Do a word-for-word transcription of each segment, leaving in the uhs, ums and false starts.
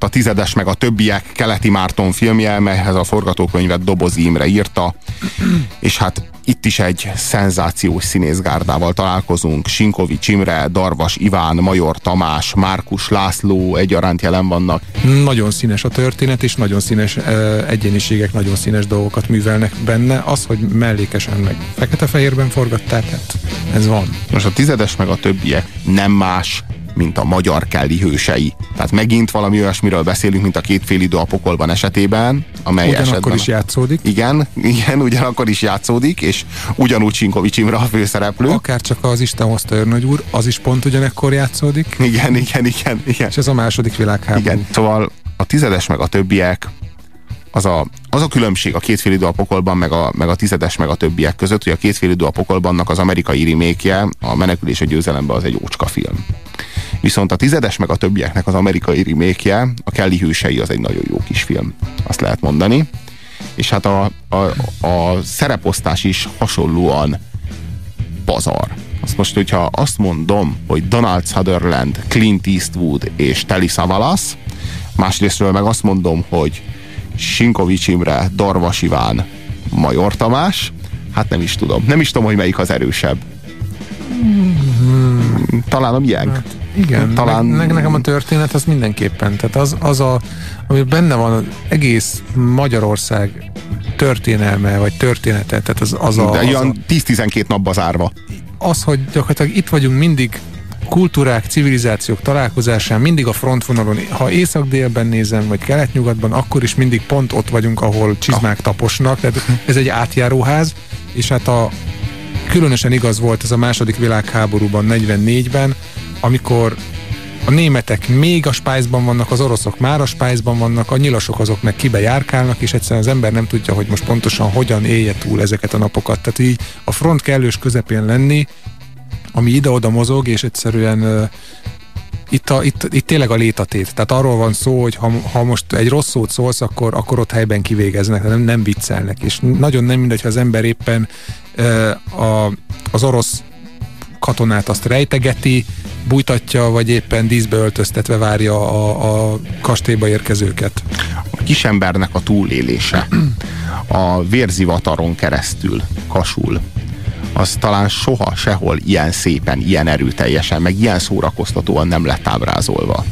a Tizedes meg a többiek Keleti Márton filmje, melyhez a forgatókönyvet Dobozi Imre írta, és hát itt is egy szenzációs színészgárdával találkozunk. Sinkovics Imre, Darvas Iván, Major Tamás, Márkus László egyaránt jelen vannak. Nagyon színes a történet, és nagyon színes uh, egyéniségek, nagyon színes dolgokat művelnek benne. Az, hogy mellékesen meg fekete-fehérben forgatták, hát ez van. Most a Tizedes meg a többiek nem más, mint a magyar Kelly hősei. Tehát megint valami olyasmiről beszélünk, mint a Két félidő a pokolban esetében, amely ugyanakkor esetben... is játszódik. Igen, igen, ugyanakkor is játszódik, és ugyanúgy Sinkovics Imre a főszereplő. Akár csak az Isten hozta őrnagy úr, az is pont ugyanekkor játszódik. Igen, igen, igen, igen. És ez a második világháború. Igen, szóval a Tizedes meg a többiek, az a, az a különbség a Két félidő a pokolban, meg a, meg a Tizedes meg a többiek között, hogy a Két félidő a pokolbannak az amerikai remake-je, a Menekülés a győzelembe, az egy ócska film. Viszont a Tizedes meg a többieknek az amerikai remake-je, a Kelly hősei, az egy nagyon jó kis film. Azt lehet mondani. És hát a, a, a szereposztás is hasonlóan pazar. Azt most, hogyha azt mondom, hogy Donald Sutherland, Clint Eastwood és Telly Savalas, másrésztről meg azt mondom, hogy Sinkovics Imre, Darvas Iván, Major Tamás, hát nem is tudom. Nem is tudom, hogy melyik az erősebb. Talán a miénk. Hát igen, talán... ne, nekem a történet az mindenképpen. Tehát az, az a, ami benne van az egész Magyarország történelme, vagy története. Tehát az, az a... De az olyan a, tíz-tizenkét napba zárva. Az, hogy gyakorlatilag itt vagyunk mindig kultúrák, civilizációk találkozásán, mindig a frontvonalon, ha észak-délben nézem, vagy kelet-nyugatban, akkor is mindig pont ott vagyunk, ahol csizmák taposnak. Tehát ez egy átjáróház, és hát a különösen igaz volt ez a második világháborúban, negyvennégyben, amikor a németek még a Spice-ban vannak, az oroszok már a Spice-ban vannak, a nyilasok azok meg kibe járkálnak, és egyszerűen az ember nem tudja, hogy most pontosan hogyan élje túl ezeket a napokat. Tehát így a front kellős közepén lenni, ami ide-oda mozog, és egyszerűen uh, itt, a, itt, itt tényleg a létatét. Tehát arról van szó, hogy ha, ha most egy rossz szót szólsz, akkor, akkor ott helyben kivégeznek, nem, nem viccelnek. És nagyon nem mindegy, ha az ember éppen uh, a, az orosz katonát azt rejtegeti, bújtatja, vagy éppen díszbe öltöztetve várja a, a kastélyba érkezőket. A kisembernek a túlélése a vérzivataron keresztül Kasul, az talán soha sehol ilyen szépen, ilyen erőteljesen, meg ilyen szórakoztatóan nem lett ábrázolva.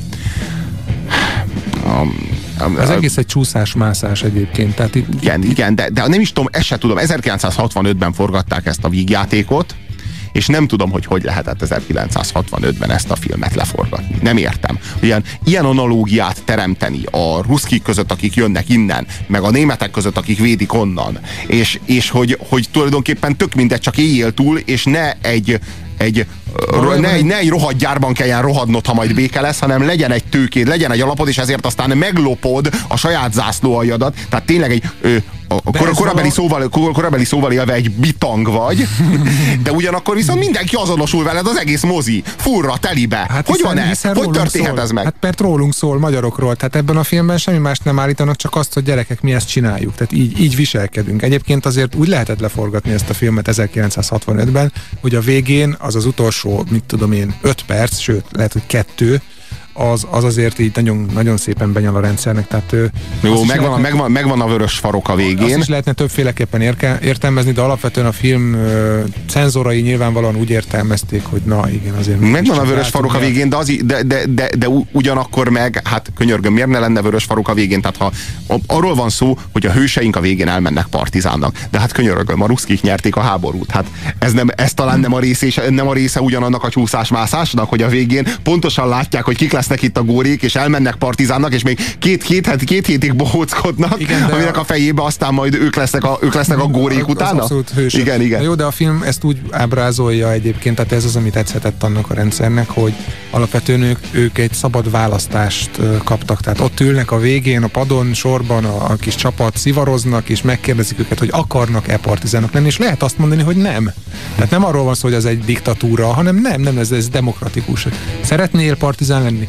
Um, Ez egész egy csúszás-mászás egyébként. Tehát itt, igen, igen, de, de nem is tudom, ezt sem tudom, ezerkilencszázhatvanötben forgatták ezt a vígjátékot, és nem tudom, hogy hogy lehetett ezerkilencszázhatvanötben ezt a filmet leforgatni. Nem értem. Ilyen, ilyen analógiát teremteni a ruszkik között, akik jönnek innen, meg a németek között, akik védik onnan, és, és hogy, hogy tulajdonképpen tök mindegy, csak éljél túl, és ne egy egy, ro, ne, ne egy rohadt gyárban kelljen rohadnod, ha majd béke lesz, hanem legyen egy tőkéd, legyen egy alapod, és ezért aztán meglopod a saját zászlóaljadat. Tehát tényleg egy ö, a, a kor, korabeli, szóval, kor, korabeli szóval élve egy bitang vagy, de ugyanakkor viszont mindenki azonosul veled, az egész mozi. Furra, telibe. Hát hogy hiszen, van ez? Hogy történhet szól. ez meg? Hát mert rólunk szól, magyarokról. Tehát ebben a filmben semmi mást nem állítanak, csak azt, hogy gyerekek, mi ezt csináljuk. Tehát így, így viselkedünk. Egyébként azért úgy lehetett leforgatni ezt a filmet ezerkilencszázhatvanötben, hogy a végén az az utolsó, mit tudom én, öt perc, sőt, lehet, hogy kettő, az, az azért így nagyon, nagyon szépen benyal a rendszernek. Tehát, jó, megvan, lehetne, megvan, megvan a vörös farok a végén. Azt is lehetne többféleképpen érke, értelmezni, de alapvetően a film uh, cenzorai nyilvánvalóan úgy értelmezték, hogy na igen, azért... Megvan a vörös farok a végén, de, az, de, de, de, de ugyanakkor meg, hát könyörgöm, miért ne lenne vörös farok a végén? Tehát ha arról van szó, hogy a hőseink a végén elmennek partizánnak, de hát könyörgöm, a ruszkik nyerték a háborút. Hát ez, nem, ez talán nem a, része, nem a része ugyanannak a csúszás-mászásnak, hogy a végén pontosan látják, hogy kik lesznek itt a górék, és elmennek partizánnak, és még két, két, két hétig bohóckodnak, igen, aminek a... a fejébe aztán majd ők lesznek a, ők lesznek a górék utána. Abszolút hősök. Igen, igen. Na jó, de a film ezt úgy ábrázolja egyébként, tehát ez az, ami tetszett annak a rendszernek, hogy alapvetően ők, ők egy szabad választást kaptak. Tehát ott ülnek a végén, a padon, sorban a, a kis csapat, szivaroznak, és megkérdezik őket, hogy akarnak-e partizánok lenni, és lehet azt mondani, hogy nem. Tehát nem arról van szó, hogy ez egy diktatúra, hanem nem, nem, ez, ez demokratikus. Szeretnél partizán lenni?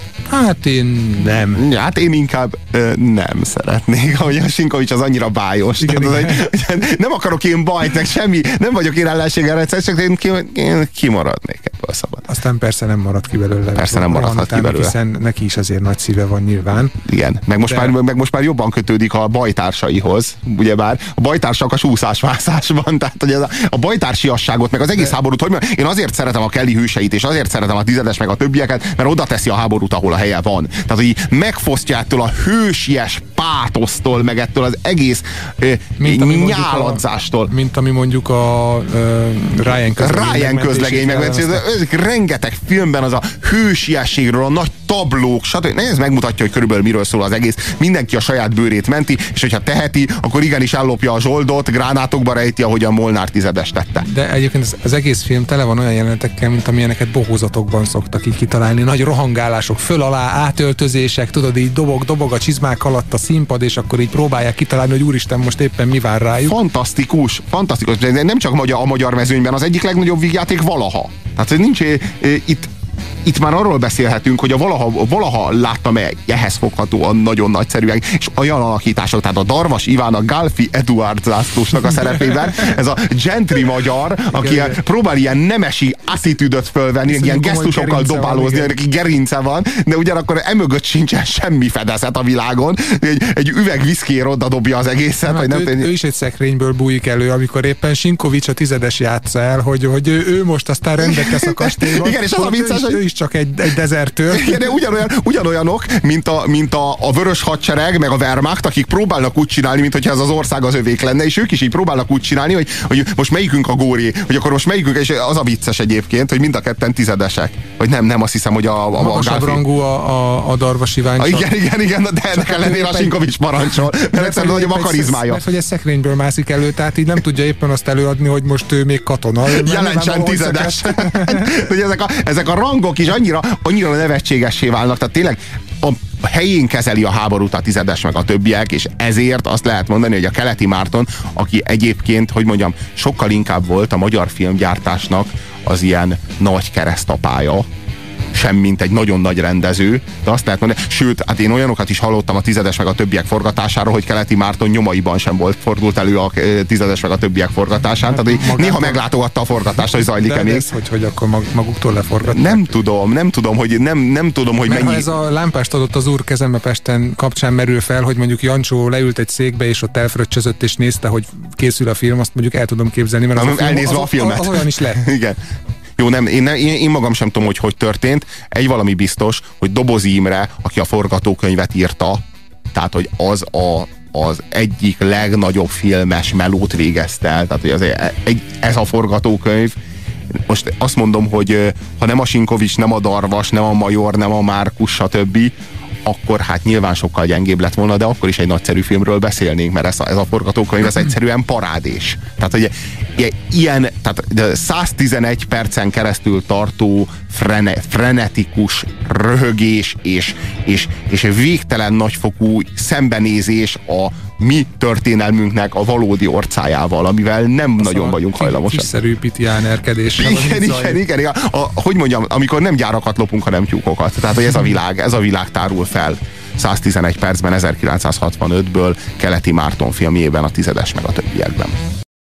Hát én nem. Hát én inkább ö, nem szeretnék, ahogy a Sinkovics az annyira bájos. Igen, Tehát, igen. hogy, nem akarok én bajt, meg semmi, nem vagyok én ellenséggel, csak én, ki, én kimaradnék ebből szabad. Aztán persze nem marad ki belőle. Persze nem maradhat ki belőle. Hiszen neki is azért nagy szíve van nyilván. Igen, meg most, De... már, meg most már jobban kötődik a bajtársaihoz, ugyebár a bajtársak a súszásvászásban, tehát hogy ez a, a bajtársiasságot, meg az egész De... háborút, hogy mondjam, én azért szeretem a Kelly hőseit, és azért szeretem a tizedes meg a többieket, mert oda teszi a háborút, ahol a helye van. Tehát, hogy így megfosztja ettől a hősies pátosztól, meg ettől az egész mint nyáladzzástól. A, mint ami mondjuk a uh, Ryan közlegény. Ryan közlegény, meg, meg ez, rengeteg filmben az a hősiességről, a nagy tablók, stb. Ez megmutatja, hogy körülbelül miről szól az egész. Mindenki a saját bőrét menti, és hogyha teheti, akkor igenis ellopja a zsoldot, gránátokba rejti, ahogy a Molnár tizedes tette. De egyébként az, az egész film tele van olyan jelenetekkel, mint amilyeneket bohózatokban szoktak így kitalálni. Nagy rohangálások, föl alá, átöltözések, tudod, így dobog, dobog a csizmák alatt a színpad, és akkor így próbálják kitalálni, hogy úristen, most éppen mi vár rájuk. Fantasztikus, fantasztikus. De nem csak a magyar mezőnyben, az egyik legnagyobb vígjáték valaha. Tehát ez nincs e, e, itt Itt már arról beszélhetünk, hogy a valaha, valaha láttam-e ehhez foghatóan nagyon nagyszerűen, és olyan alakítások, tehát a Darvas Iván, a Gálfi Eduard zászlósnak a szerepében, ez a gentry magyar, aki igen, próbál ilyen nemesi attitűdöt fölvenni, ilyen gesztusokkal dobálózni, neki gerince van, de ugyanakkor emögött sincsen semmi fedezet a világon, egy, egy üveg viszkér oda dobja az egészet. Nem, vagy hát nem, ő, ő is egy szekrényből bújik elő, amikor éppen Sinkovics a tizedes játsza el, hogy, hogy ő, ő most aztán rendet tesz a kastélyban. Igen, és az a vicces, hogy csak egy, egy dezertőr. Igen, de ugyanolyan, ugyanolyanok, mint, a, mint a, a vörös hadsereg, meg a Wehrmacht, akik próbálnak úgy csinálni, mintha ez az ország az övék lenne, és ők is így próbálnak úgy csinálni, hogy, hogy most melyikünk a góri, hogy akkor most melyikünk, és az a vicces egyébként, hogy mind a ketten tizedesek. Vagy nem, nem, azt hiszem, hogy a... a magasabb rangú a, a, a Darvas Iván. A, igen, igen, igen, de ennek ellenére a Sinkovics parancsol, mert egyszerűen nagyobb a karizmája. Mert hogy egy szekrényből mászik elő, tehát így nem tudja éppen azt előadni, hogy most ő még katona. Jelentsen tizedes. Hogy ezek a, ezek a rangok is annyira, annyira nevetségessé válnak, tehát tényleg a helyén kezeli a háborút a tizedes meg a többiek, és ezért azt lehet mondani, hogy a Keleti Márton, aki egyébként, hogy mondjam, sokkal inkább volt a magyar filmgyártásnak az ilyen nagy keresztapája, sem mint egy nagyon nagy rendező, de azt lehet mondani, sőt, hát én olyanokat is hallottam a tizedes meg a többiek forgatásáról, hogy Keleti Márton nyomaiban sem volt, fordult elő a tizedes meg a többiek forgatásán, tehát hogy néha meglátogatta a forgatást, hogy zajlik-e még. Hogy, hogy akkor maguktól leforgatták? Nem tudom, nem tudom, hogy nem, nem tudom, hogy Mert mennyi... ha ez a lámpást adott az úr kezembe Pesten kapcsán merül fel, hogy mondjuk Jancsó leült egy székbe, és ott elfröccsözött, és nézte, hogy készül a film, azt mondjuk el tudom képzelni, mert az, nem, a, film, elnézve az, a filmet. Az, az olyan is lett. Igen. Jó, nem, én, nem, én, én magam sem tudom, hogy hogy történt. Egy valami biztos, hogy Dobozi Imre, aki a forgatókönyvet írta, tehát, hogy az a, az egyik legnagyobb filmes melót végezte el. Tehát, hogy az egy, ez a forgatókönyv, most azt mondom, hogy ha nem a Sinkovics, nem a Darvas, nem a Major, nem a Márkus, stb., akkor hát nyilván sokkal gyengébb lett volna, de akkor is egy nagyszerű filmről beszélnénk, mert ez a, ez a forgatókönyv ez egyszerűen parádés. Tehát, hogy ilyen, tehát száztizenegy percen keresztül tartó frene, frenetikus röhögés és, és, és végtelen nagyfokú szembenézés a mi történelmünknek a valódi orcájával, amivel nem az nagyon vagyunk hajlamosak. Kiszerű pitiánerkedés. Igen, igen, igen, igen. A, a, hogy mondjam, amikor nem gyárakat lopunk, hanem tyúkokat. Tehát, hogy ez a világ, ez a világ tárul fel száztizenegy percben ezerkilencszázhatvanötből Keleti Márton filmjében, a tizedes meg a többiekben.